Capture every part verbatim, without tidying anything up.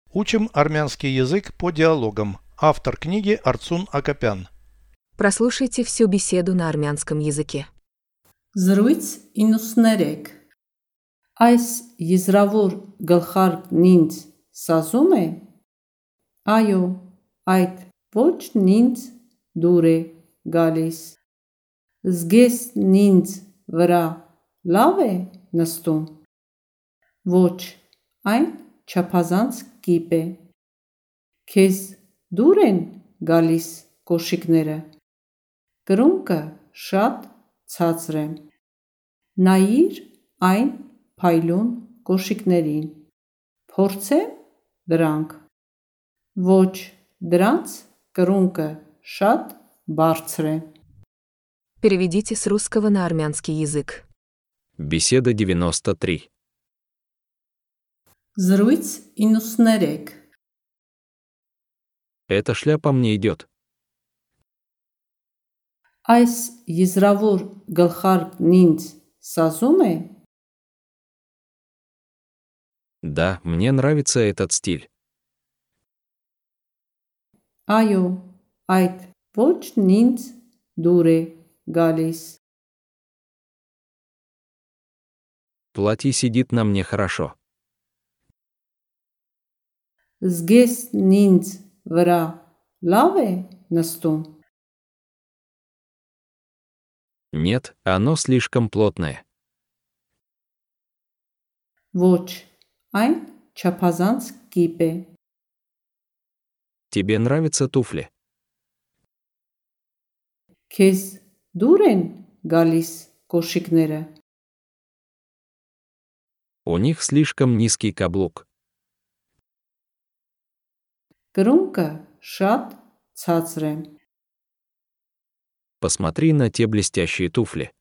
Учим армянский язык по диалогам. Автор книги Арцун Акопян. Прослушайте всю беседу на армянском языке. Զրույց իննսուներեք Այս եզրավոր գլխարկն ինձ սազում է։ Այո, այդ ոչն ինձ դուր է գալիս։ Զգեստն ինձ վրա լավ է նստում։ Ոչ, այն չափազանց կիպ է։ Քեզ դուր են գալիս կոշիկները։ Կրունկը շատ ցածր է։ Նայիր այն փայլուն կոշիկներին։ Փորձեմ դրանք։ Ոչ, դրանց կրունկը շատ բարձր է։ Переведите с русского на армянский язык. Беседа девяносто три. Զրույց իննսուներեք Эта шляпа мне идет. Այս եզրավոր գլխարկն ինձ սազում է։ Да, мне нравится этот стиль. Այո, այդ ոչն ինձ դուր է գալիս։ Платье сидит на мне хорошо. Զգեստն ինձ վրա լավ է նստում։ Нет, оно слишком плотное. Ոչ, այն չափազանց կիպ է։ Тебе нравятся туфли? Քեզ դուր են գալիս կոշիկները։ У них слишком низкий каблук. Կրունկը շատ ցածր է։ Посмотри на те блестящие туфли.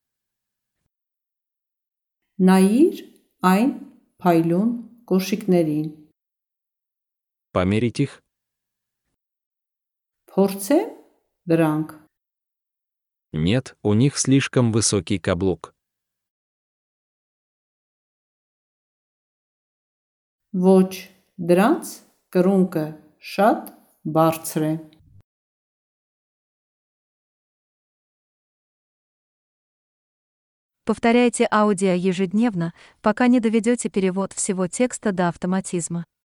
Նայիր այն փայլուն կոշիկներին։ Померить их? Փորձեմ դրանք։ Нет, у них слишком высокий каблук. Ոչ, դրանց կրունկը շատ բարձր է։ Повторяйте аудио ежедневно, пока не доведете перевод всего текста до автоматизма.